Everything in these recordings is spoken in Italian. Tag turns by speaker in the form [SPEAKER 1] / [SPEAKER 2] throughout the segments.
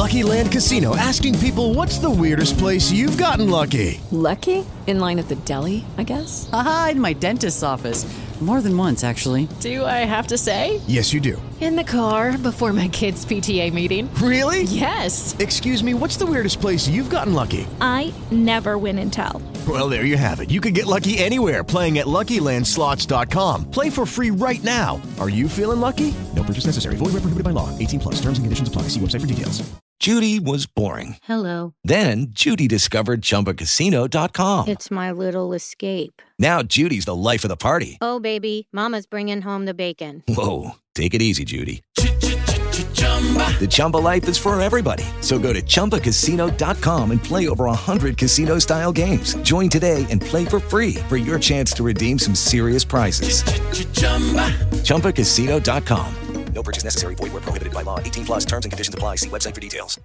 [SPEAKER 1] Lucky Land Casino, asking people, what's the weirdest place you've gotten lucky?
[SPEAKER 2] Lucky? In line at the deli, I guess?
[SPEAKER 3] Aha, in my dentist's office. More than once, actually.
[SPEAKER 2] Do I have to say?
[SPEAKER 1] Yes, you do.
[SPEAKER 2] In the car before my kids' PTA meeting.
[SPEAKER 1] Really?
[SPEAKER 2] Yes.
[SPEAKER 1] Excuse me, what's the weirdest place you've gotten lucky?
[SPEAKER 4] I never win and tell.
[SPEAKER 1] Well, there you have it. You can get lucky anywhere, playing at LuckyLandSlots.com. Play for free right now. Are you feeling lucky? No purchase necessary. Void where prohibited by law. 18 plus. Terms and conditions apply. See website for details.
[SPEAKER 5] Judy was boring.
[SPEAKER 6] Hello.
[SPEAKER 5] Then Judy discovered ChumbaCasino.com.
[SPEAKER 6] It's my little escape.
[SPEAKER 5] Now Judy's the life of the party.
[SPEAKER 6] Oh, baby, mama's bringing home the bacon.
[SPEAKER 5] Whoa, take it easy, Judy. The Chumba life is for everybody. So go to ChumbaCasino.com and play over 100 casino-style games. Join today and play for free for your chance to redeem some serious prizes. ChumbaCasino.com. No purchase necessary. Void where prohibited by law. 18 plus. Terms and conditions apply. See website for details.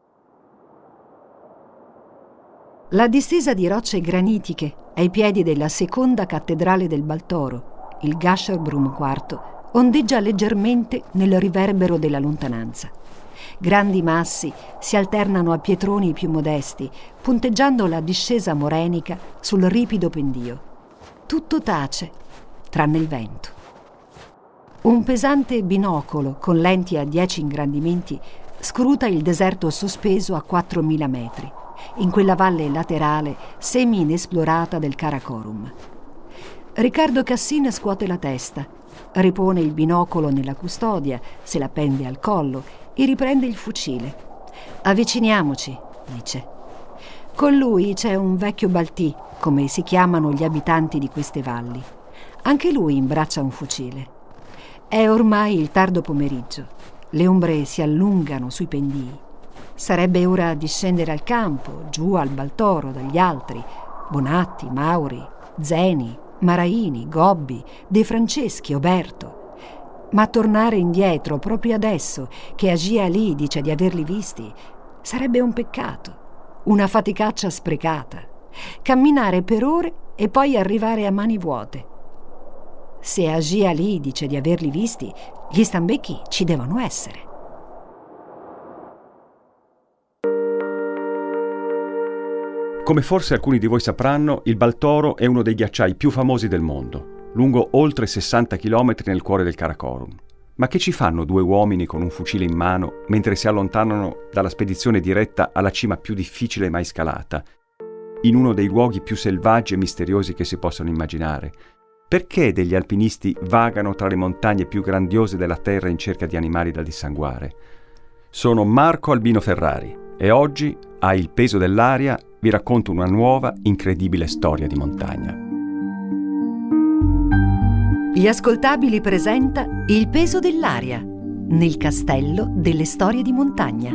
[SPEAKER 7] La distesa di rocce granitiche ai piedi della seconda cattedrale del Baltoro, il Gasherbrum IV, ondeggia leggermente nel riverbero della lontananza. Grandi massi si alternano a pietroni più modesti, punteggiando la discesa morenica sul ripido pendio. Tutto tace, tranne il vento. Un pesante binocolo con lenti a 10 ingrandimenti scruta il deserto sospeso a 4.000 metri, in quella valle laterale semi-inesplorata del Karakorum. Riccardo Cassin scuote la testa, ripone il binocolo nella custodia, se la pende al collo e riprende il fucile. «Avviciniamoci», dice. Con lui c'è un vecchio baltì, come si chiamano gli abitanti di queste valli. Anche lui imbraccia un fucile. È ormai il tardo pomeriggio. Le ombre si allungano sui pendii. Sarebbe ora di scendere al campo, giù al Baltoro dagli altri, Bonatti, Mauri, Zeni, Maraini, Gobbi, De Franceschi, Oberto. Ma tornare indietro proprio adesso che Hagi Ali dice di averli visti sarebbe un peccato, una faticaccia sprecata. Camminare per ore e poi arrivare a mani vuote. Se Hagi Ali dice di averli visti, gli stambecchi ci devono essere.
[SPEAKER 8] Come forse alcuni di voi sapranno, il Baltoro è uno dei ghiacciai più famosi del mondo, lungo oltre 60 km nel cuore del Karakorum. Ma che ci fanno due uomini con un fucile in mano mentre si allontanano dalla spedizione diretta alla cima più difficile mai scalata, in uno dei luoghi più selvaggi e misteriosi che si possano immaginare? Perché degli alpinisti vagano tra le montagne più grandiose della terra in cerca di animali da dissanguare? Sono Marco Albino Ferrari e oggi, a Il peso dell'aria, vi racconto una nuova, incredibile storia di montagna.
[SPEAKER 7] Gli Ascoltabili presenta Il peso dell'aria, nel castello delle storie di montagna.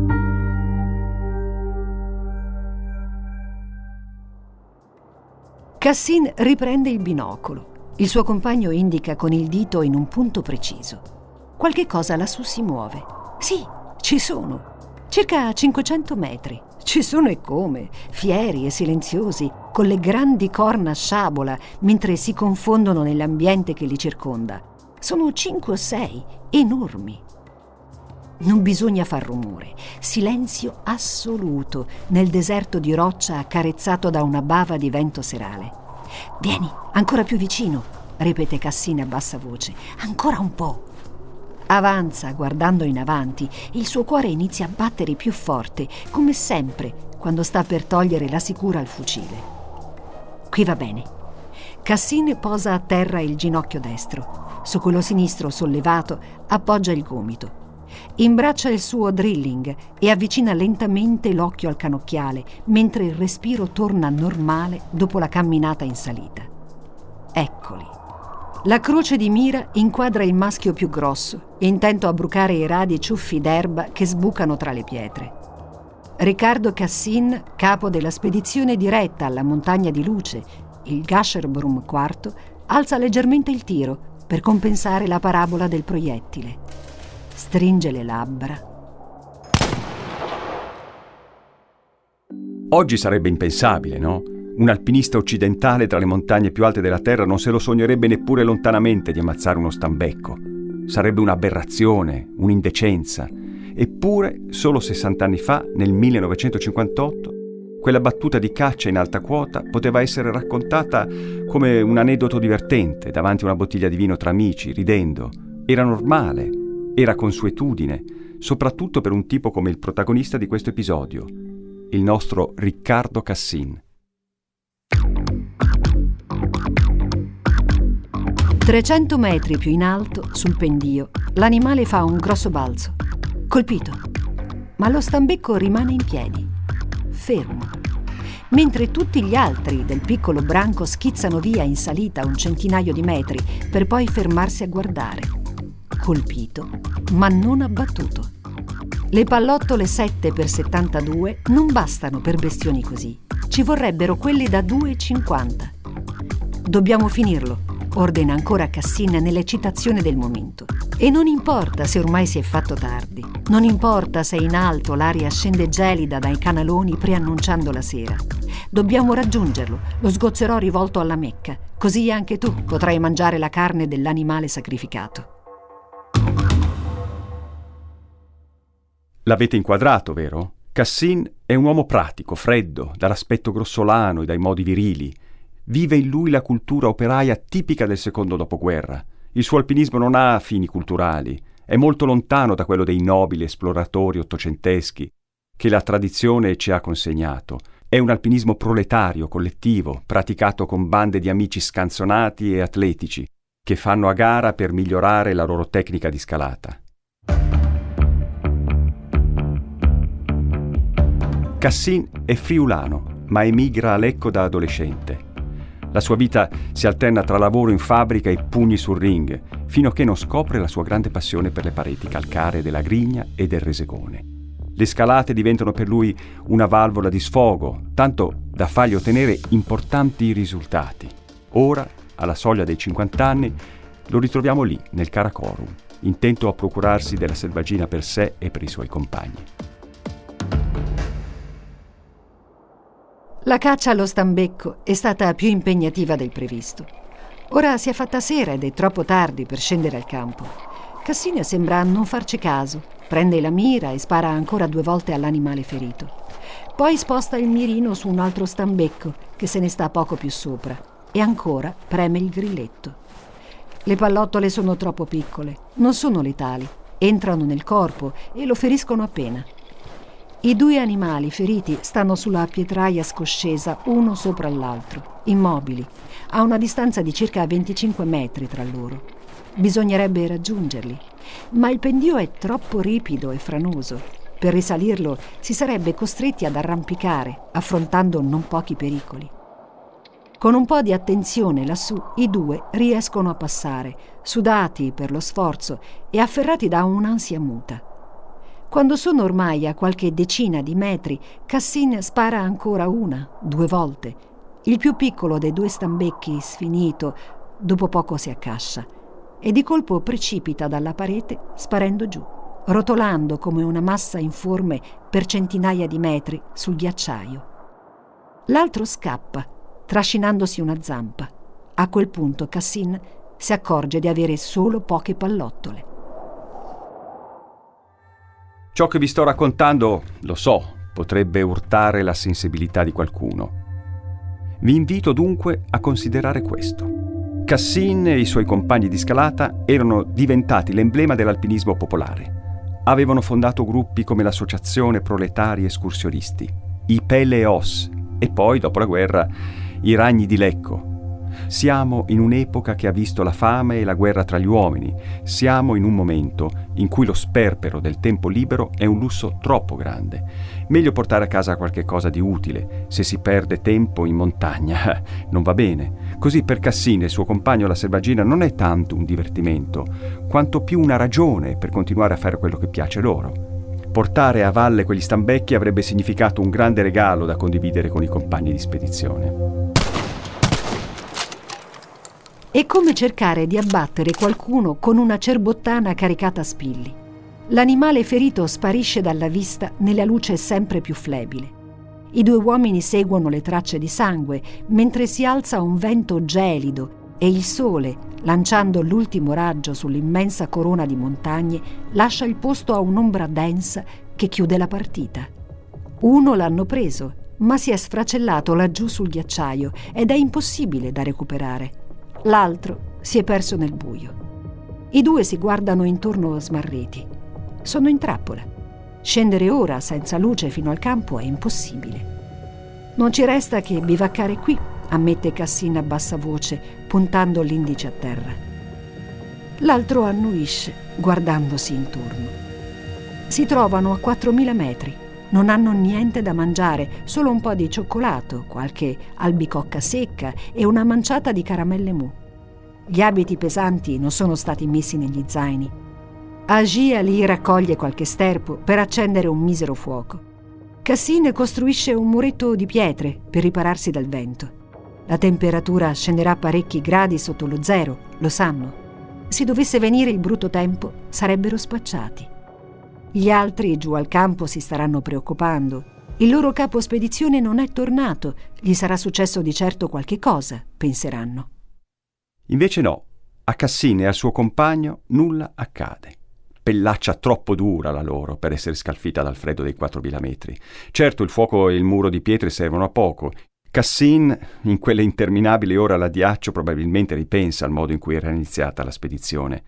[SPEAKER 7] Cassin riprende il binocolo. Il suo compagno indica con il dito in un punto preciso. Qualche cosa lassù si muove. Sì, ci sono. Circa 500 metri. Ci sono e come, fieri e silenziosi, con le grandi corna a sciabola, mentre si confondono nell'ambiente che li circonda. Sono 5 o 6, enormi. Non bisogna far rumore, silenzio assoluto nel deserto di roccia accarezzato da una bava di vento serale. «Vieni, ancora più vicino», ripete Cassin a bassa voce, «ancora un po'». Avanza, guardando in avanti, il suo cuore inizia a battere più forte, come sempre quando sta per togliere la sicura al fucile. Qui va bene. Cassin posa a terra il ginocchio destro. Su quello sinistro sollevato appoggia il gomito. Imbraccia il suo drilling e avvicina lentamente l'occhio al cannocchiale, mentre il respiro torna normale dopo la camminata in salita. Eccoli. La croce di mira inquadra il maschio più grosso, intento a brucare i radi ciuffi d'erba che sbucano tra le pietre. Riccardo Cassin, capo della spedizione diretta alla montagna di luce, il Gasherbrum IV, alza leggermente il tiro per compensare la parabola del proiettile. Stringe le labbra.
[SPEAKER 8] Oggi sarebbe impensabile, no? Un alpinista occidentale tra le montagne più alte della Terra non se lo sognerebbe neppure lontanamente di ammazzare uno stambecco. Sarebbe un'aberrazione, un'indecenza. Eppure, solo 60 anni fa, nel 1958, quella battuta di caccia in alta quota poteva essere raccontata come un aneddoto divertente davanti a una bottiglia di vino tra amici, ridendo. Era normale, era consuetudine, soprattutto per un tipo come il protagonista di questo episodio, il nostro Riccardo Cassin.
[SPEAKER 7] 300 metri più in alto, sul pendio, l'animale fa un grosso balzo. Colpito. Ma lo stambecco rimane in piedi, fermo. Mentre tutti gli altri del piccolo branco schizzano via in salita un centinaio di metri per poi fermarsi a guardare. Colpito, ma non abbattuto. Le pallottole 7x72 non bastano per bestioni così. Ci vorrebbero quelle da 2,50. Dobbiamo finirlo, ordina ancora Cassin nell'eccitazione del momento. E non importa se ormai si è fatto tardi. Non importa se in alto l'aria scende gelida dai canaloni preannunciando la sera. Dobbiamo raggiungerlo. Lo sgozzerò rivolto alla Mecca. Così anche tu potrai mangiare la carne dell'animale sacrificato.
[SPEAKER 8] L'avete inquadrato, vero? Cassin è un uomo pratico, freddo, dall'aspetto grossolano e dai modi virili. Vive in lui la cultura operaia tipica del secondo dopoguerra. Il suo alpinismo non ha fini culturali, è molto lontano da quello dei nobili esploratori ottocenteschi che la tradizione ci ha consegnato. È un alpinismo proletario, collettivo, praticato con bande di amici scanzonati e atletici che fanno a gara per migliorare la loro tecnica di scalata. Cassin è friulano, ma emigra a Lecco da adolescente. La sua vita si alterna tra lavoro in fabbrica e pugni sul ring, fino a che non scopre la sua grande passione per le pareti calcaree della Grigna e del Resegone. Le scalate diventano per lui una valvola di sfogo, tanto da fargli ottenere importanti risultati. Ora, alla soglia dei 50 anni, lo ritroviamo lì, nel Karakorum, intento a procurarsi della selvaggina per sé e per i suoi compagni.
[SPEAKER 7] La caccia allo stambecco è stata più impegnativa del previsto. Ora si è fatta sera ed è troppo tardi per scendere al campo. Cassin sembra non farci caso. Prende la mira e spara ancora 2 volte all'animale ferito. Poi sposta il mirino su un altro stambecco che se ne sta poco più sopra e ancora preme il grilletto. Le pallottole sono troppo piccole, non sono letali, entrano nel corpo e lo feriscono appena. I 2 animali feriti stanno sulla pietraia scoscesa uno sopra l'altro, immobili, a una distanza di circa 25 metri tra loro. Bisognerebbe raggiungerli, ma il pendio è troppo ripido e franoso. Per risalirlo si sarebbe costretti ad arrampicare, affrontando non pochi pericoli. Con un po' di attenzione lassù, i 2 riescono a passare, sudati per lo sforzo e afferrati da un'ansia muta. Quando sono ormai a qualche decina di metri, Cassin spara ancora 1, 2 volte. Il più piccolo dei 2 stambecchi, sfinito, dopo poco si accascia e di colpo precipita dalla parete sparendo giù, rotolando come una massa informe per centinaia di metri sul ghiacciaio. L'altro scappa, trascinandosi una zampa. A quel punto Cassin si accorge di avere solo poche pallottole.
[SPEAKER 8] Ciò che vi sto raccontando, lo so, potrebbe urtare la sensibilità di qualcuno. Vi invito dunque a considerare questo. Cassin e i suoi compagni di scalata erano diventati l'emblema dell'alpinismo popolare. Avevano fondato gruppi come l'Associazione Proletari Escursionisti, i Peleos e poi, dopo la guerra, i Ragni di Lecco. Siamo in un'epoca che ha visto la fame e la guerra tra gli uomini. Siamo in un momento in cui lo sperpero del tempo libero è un lusso troppo grande. Meglio portare a casa qualche cosa di utile. Se si perde tempo in montagna, non va bene. Così per Cassin e il suo compagno la selvaggina non è tanto un divertimento, quanto più una ragione per continuare a fare quello che piace loro. Portare a valle quegli stambecchi avrebbe significato un grande regalo da condividere con i compagni di spedizione.
[SPEAKER 7] È come cercare di abbattere qualcuno con una cerbottana caricata a spilli. L'animale ferito sparisce dalla vista nella luce sempre più flebile. I 2 uomini seguono le tracce di sangue mentre si alza un vento gelido e il sole, lanciando l'ultimo raggio sull'immensa corona di montagne, lascia il posto a un'ombra densa che chiude la partita. Uno l'hanno preso, ma si è sfracellato laggiù sul ghiacciaio ed è impossibile da recuperare. L'altro si è perso nel buio. I due si guardano intorno smarriti. Sono in trappola. Scendere ora senza luce fino al campo è impossibile. Non ci resta che bivaccare qui, ammette Cassin a bassa voce, puntando l'indice a terra. L'altro annuisce, guardandosi intorno. Si trovano a 4.000 metri. Non hanno niente da mangiare, solo un po' di cioccolato, qualche albicocca secca e una manciata di caramelle mou. Gli abiti pesanti non sono stati messi negli zaini. Haji Ali raccoglie qualche sterpo per accendere un misero fuoco. Cassin costruisce un muretto di pietre per ripararsi dal vento. La temperatura scenderà parecchi gradi sotto lo zero, lo sanno. Se dovesse venire il brutto tempo, sarebbero spacciati. Gli altri giù al campo si staranno preoccupando. Il loro capo spedizione non è tornato, gli sarà successo di certo qualche cosa, penseranno.
[SPEAKER 8] Invece no, a Cassin e al suo compagno nulla accade. Pellaccia troppo dura la loro per essere scalfita dal freddo dei 4.000 metri. Certo, il fuoco e il muro di pietre servono a poco. Cassin, in quelle interminabili ore all'addiaccio, probabilmente ripensa al modo in cui era iniziata la spedizione.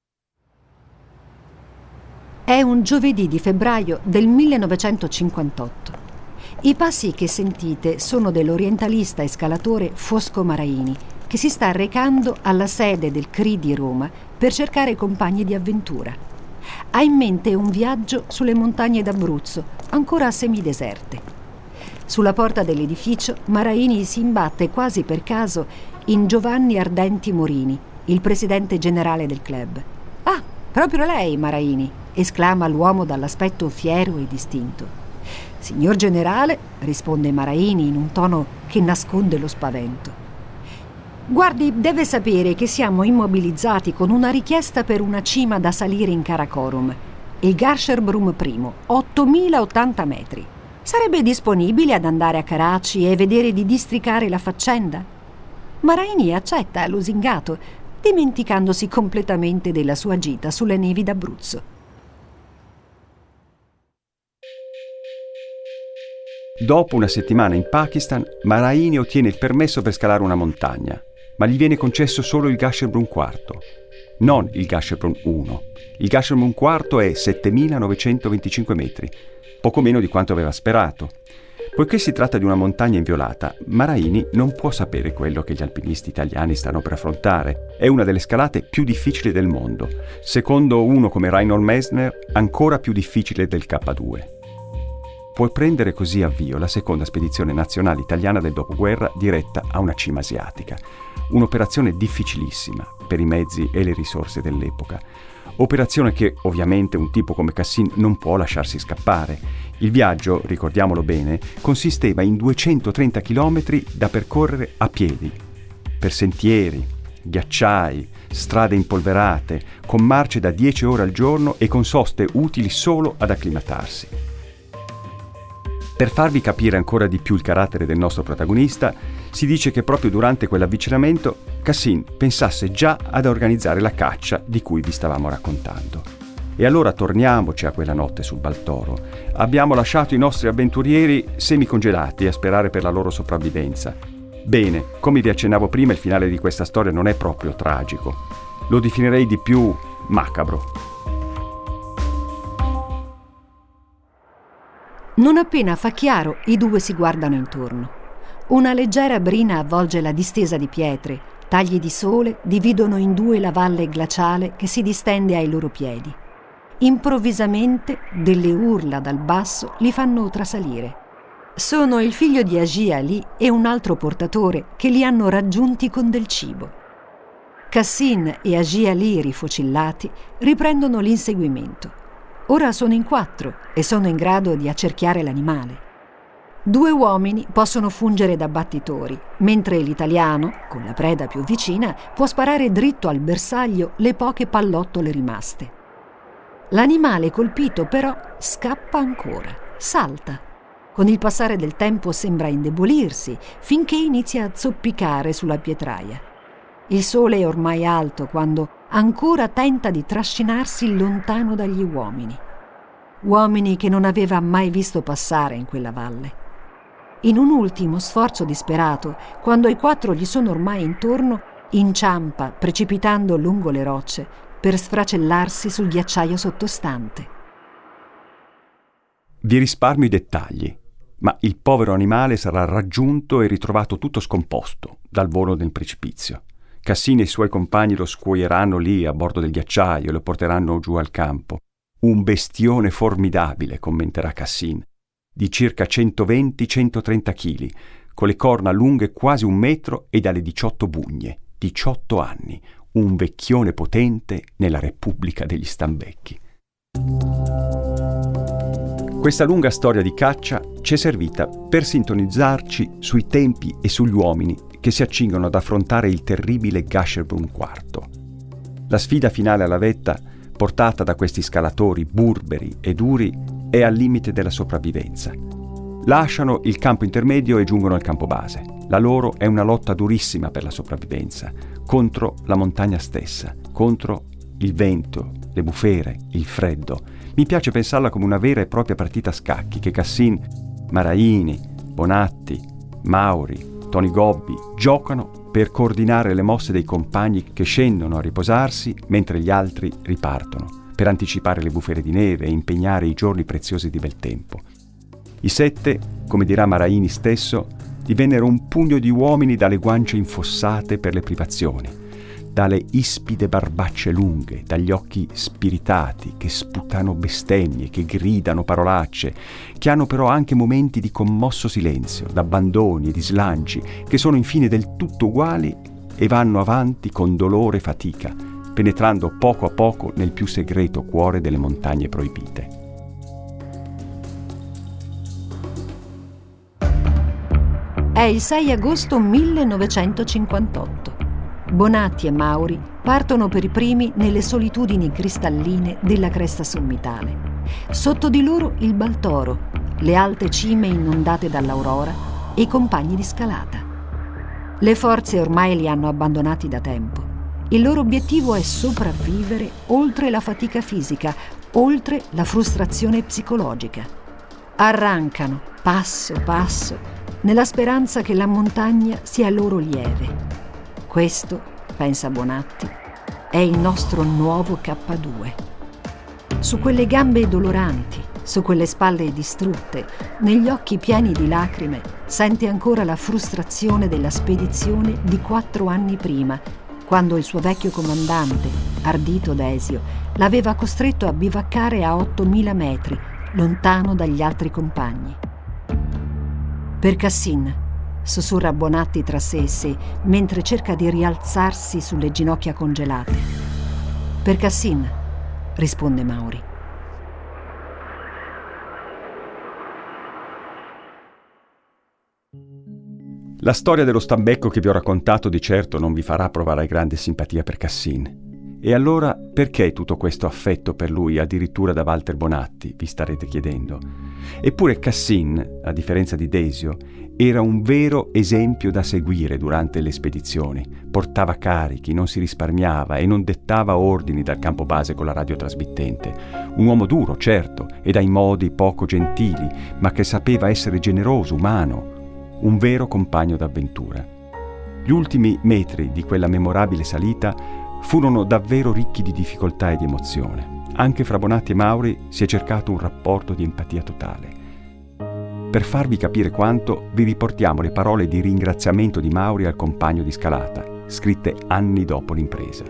[SPEAKER 7] È un giovedì di febbraio del 1958. I passi che sentite sono dell'orientalista e scalatore Fosco Maraini, che si sta recando alla sede del CRI di Roma per cercare compagni di avventura. Ha in mente un viaggio sulle montagne d'Abruzzo, ancora semideserte. Sulla porta dell'edificio Maraini si imbatte quasi per caso in Giovanni Ardenti Morini, il presidente generale del club. «Ah, proprio lei, Maraini!» esclama l'uomo dall'aspetto fiero e distinto. «Signor generale», risponde Maraini in un tono che nasconde lo spavento. «Guardi, deve sapere che siamo immobilizzati con una richiesta per una cima da salire in Karakorum, il Gasherbrum I, 8.080 metri. Sarebbe disponibile ad andare a Karachi e vedere di districare la faccenda?» Maraini accetta lusingato, dimenticandosi completamente della sua gita sulle nevi d'Abruzzo.
[SPEAKER 8] Dopo una settimana in Pakistan, Maraini ottiene il permesso per scalare una montagna, ma gli viene concesso solo il Gasherbrum IV, non il Gasherbrum I. Il Gasherbrum IV è 7.925 metri, poco meno di quanto aveva sperato. Poiché si tratta di una montagna inviolata, Maraini non può sapere quello che gli alpinisti italiani stanno per affrontare. È una delle scalate più difficili del mondo, secondo uno come Reinhold Messner, ancora più difficile del K2. Può prendere così avvio la seconda spedizione nazionale italiana del dopoguerra diretta a una cima asiatica. Un'operazione difficilissima per i mezzi e le risorse dell'epoca. Operazione che ovviamente un tipo come Cassin non può lasciarsi scappare. Il viaggio, ricordiamolo bene, consisteva in 230 chilometri da percorrere a piedi, per sentieri, ghiacciai, strade impolverate, con marce da 10 ore al giorno e con soste utili solo ad acclimatarsi. Per farvi capire ancora di più il carattere del nostro protagonista, si dice che proprio durante quell'avvicinamento Cassin pensasse già ad organizzare la caccia di cui vi stavamo raccontando. E allora torniamoci a quella notte sul Baltoro. Abbiamo lasciato i nostri avventurieri semicongelati a sperare per la loro sopravvivenza. Bene, come vi accennavo prima, il finale di questa storia non è proprio tragico. Lo definirei di più macabro.
[SPEAKER 7] Non appena fa chiaro, i due si guardano intorno. Una leggera brina avvolge la distesa di pietre, tagli di sole dividono in due la valle glaciale che si distende ai loro piedi. Improvvisamente delle urla dal basso li fanno trasalire. Sono il figlio di Haji Ali e un altro portatore che li hanno raggiunti con del cibo. Cassin e Haji Ali, rifocillati, riprendono l'inseguimento. Ora sono in 4 e sono in grado di accerchiare l'animale. 2 uomini possono fungere da battitori, mentre l'italiano, con la preda più vicina, può sparare dritto al bersaglio le poche pallottole rimaste. L'animale colpito però scappa ancora, salta. Con il passare del tempo sembra indebolirsi, finché inizia a zoppicare sulla pietraia. Il sole è ormai alto quando ancora tenta di trascinarsi lontano dagli uomini. Uomini che non aveva mai visto passare in quella valle. In un ultimo sforzo disperato, quando i 4 gli sono ormai intorno, inciampa precipitando lungo le rocce per sfracellarsi sul ghiacciaio sottostante.
[SPEAKER 8] Vi risparmio i dettagli, ma il povero animale sarà raggiunto e ritrovato tutto scomposto dal volo del precipizio. Cassin e i suoi compagni lo scuoieranno lì a bordo del ghiacciaio e lo porteranno giù al campo. Un bestione formidabile, commenterà Cassin, di circa 120-130 kg, con le corna lunghe quasi 1 metro e dalle 18 bugne, 18 anni, un vecchione potente nella Repubblica degli Stambecchi. Questa lunga storia di caccia ci è servita per sintonizzarci sui tempi e sugli uomini che si accingono ad affrontare il terribile Gasherbrum IV. La sfida finale alla vetta, portata da questi scalatori burberi e duri, è al limite della sopravvivenza. Lasciano il campo intermedio e giungono al campo base. La loro è una lotta durissima per la sopravvivenza, contro la montagna stessa, contro il vento, le bufere, il freddo. Mi piace pensarla come una vera e propria partita a scacchi che Cassin, Maraini, Bonatti, Mauri, Tony Gobbi giocano per coordinare le mosse dei compagni che scendono a riposarsi mentre gli altri ripartono, per anticipare le bufere di neve e impegnare i giorni preziosi di bel tempo. I 7, come dirà Maraini stesso, divennero un pugno di uomini dalle guance infossate per le privazioni, dalle ispide barbacce lunghe, dagli occhi spiritati che sputano bestemmie, che gridano parolacce, che hanno però anche momenti di commosso silenzio, d'abbandoni e di slanci, che sono infine del tutto uguali e vanno avanti con dolore e fatica, penetrando poco a poco nel più segreto cuore delle montagne proibite.
[SPEAKER 7] È il 6 agosto 1958. Bonatti e Mauri partono per i primi nelle solitudini cristalline della cresta sommitale. Sotto di loro il Baltoro, le alte cime inondate dall'aurora e i compagni di scalata. Le forze ormai li hanno abbandonati da tempo. Il loro obiettivo è sopravvivere oltre la fatica fisica, oltre la frustrazione psicologica. Arrancano, passo passo, nella speranza che la montagna sia loro lieve. Questo, pensa Bonatti, è il nostro nuovo K2. Su quelle gambe doloranti, su quelle spalle distrutte, negli occhi pieni di lacrime, sente ancora la frustrazione della spedizione di 4 anni prima, quando il suo vecchio comandante, ardito Desio, l'aveva costretto a bivaccare a 8.000 metri, lontano dagli altri compagni. Per Cassin, sussurra Bonatti tra sé e sé, mentre cerca di rialzarsi sulle ginocchia congelate. Per Cassin, risponde Mauri.
[SPEAKER 8] La storia dello stambecco che vi ho raccontato di certo non vi farà provare grande simpatia per Cassin. E allora perché tutto questo affetto per lui addirittura da Walter Bonatti, vi starete chiedendo? Eppure Cassin, a differenza di Desio, era un vero esempio da seguire durante le spedizioni. Portava carichi, non si risparmiava e non dettava ordini dal campo base con la radiotrasmittente. Un uomo duro, certo, e dai modi poco gentili, ma che sapeva essere generoso, umano. Un vero compagno d'avventura. Gli ultimi metri di quella memorabile salita furono davvero ricchi di difficoltà e di emozione. Anche fra Bonatti e Mauri si è cercato un rapporto di empatia totale. Per farvi capire quanto, vi riportiamo le parole di ringraziamento di Mauri al compagno di scalata, scritte anni dopo l'impresa.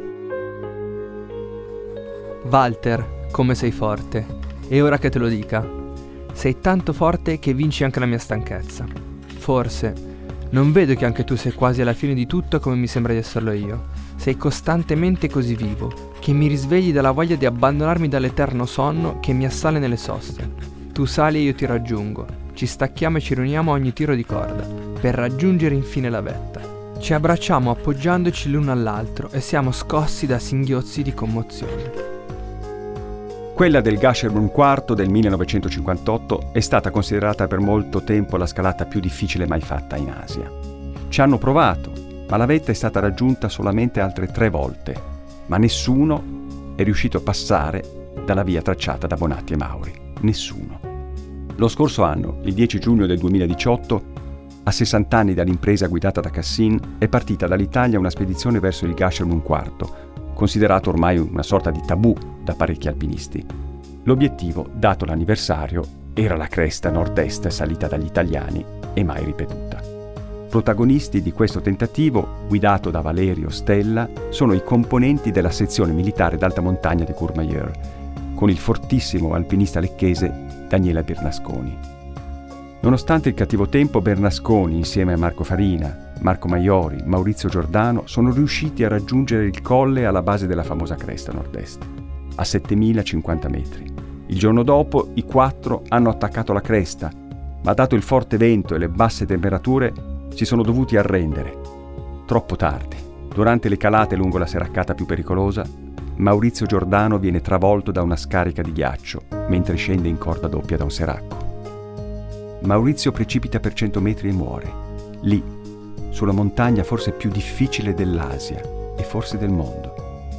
[SPEAKER 9] Walter, come sei forte. E ora che te lo dica, sei tanto forte che vinci anche la mia stanchezza. Forse, non vedo che anche tu sei quasi alla fine di tutto come mi sembra di esserlo io. Sei costantemente così vivo, che mi risvegli dalla voglia di abbandonarmi dall'eterno sonno che mi assale nelle soste. Tu sali e io ti raggiungo, ci stacchiamo e ci riuniamo a ogni tiro di corda, per raggiungere infine la vetta. Ci abbracciamo appoggiandoci l'uno all'altro e siamo scossi da singhiozzi di commozione.
[SPEAKER 8] Quella del Gasherbrum IV del 1958 è stata considerata per molto tempo la scalata più difficile mai fatta in Asia. Ci hanno provato, ma la vetta è stata raggiunta solamente altre 3 volte, ma nessuno è riuscito a passare dalla via tracciata da Bonatti e Mauri. Nessuno. Lo scorso anno, il 10 giugno del 2018, a 60 anni dall'impresa guidata da Cassin, è partita dall'Italia una spedizione verso il Gasher 1/4, considerato ormai una sorta di tabù da parecchi alpinisti. L'obiettivo, dato l'anniversario, era la cresta nord-est salita dagli italiani e mai ripetuta. Protagonisti di questo tentativo, guidato da Valerio Stella, sono i componenti della sezione militare d'alta montagna di Courmayeur, con il fortissimo alpinista lecchese Daniele Bernasconi. Nonostante il cattivo tempo, Bernasconi, insieme a Marco Farina, Marco Maiori, Maurizio Giordano, sono riusciti a raggiungere il colle alla base della famosa cresta nord-est, a 7.050 metri. Il giorno dopo i 4 hanno attaccato la cresta, ma dato il forte vento e le basse temperature si sono dovuti arrendere. Troppo tardi. Durante le calate lungo la seraccata più pericolosa, Maurizio Giordano viene travolto da una scarica di ghiaccio mentre scende in corda doppia da un seracco. Maurizio precipita per 100 metri e muore, lì, sulla montagna forse più difficile dell'Asia e forse del mondo.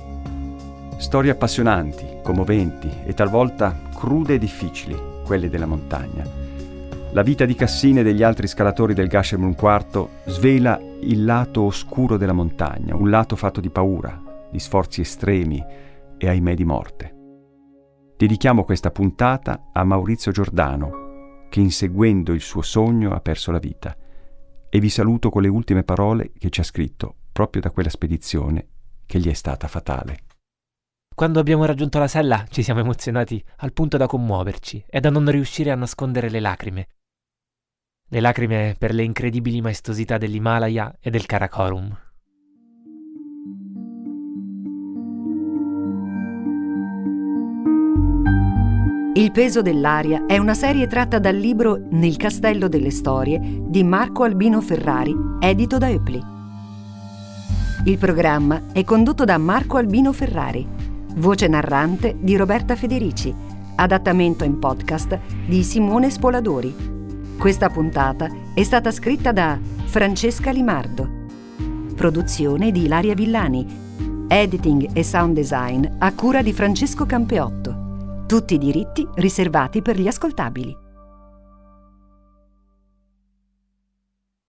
[SPEAKER 8] Storie appassionanti, commoventi e talvolta crude e difficili, quelle della montagna. La vita di Cassin e degli altri scalatori del Gasher 1/4 svela il lato oscuro della montagna, un lato fatto di paura, di sforzi estremi e ahimè di morte. Dedichiamo questa puntata a Maurizio Giordano, che inseguendo il suo sogno ha perso la vita, e vi saluto con le ultime parole che ci ha scritto proprio da quella spedizione che gli è stata fatale.
[SPEAKER 10] Quando abbiamo raggiunto la sella ci siamo emozionati al punto da commuoverci e da non riuscire a nascondere le lacrime. Le lacrime per le incredibili maestosità dell'Himalaya e del Karakorum.
[SPEAKER 7] Il peso dell'aria è una serie tratta dal libro Nel castello delle storie di Marco Albino Ferrari, edito da Eupli. Il programma è condotto da Marco Albino Ferrari, voce narrante di Roberta Federici, adattamento in podcast di Simone Spoladori. Questa puntata è stata scritta da Francesca Limardo. Produzione di Ilaria Villani. Editing e sound design a cura di Francesco Campeotto. Tutti i diritti riservati per gli ascoltabili.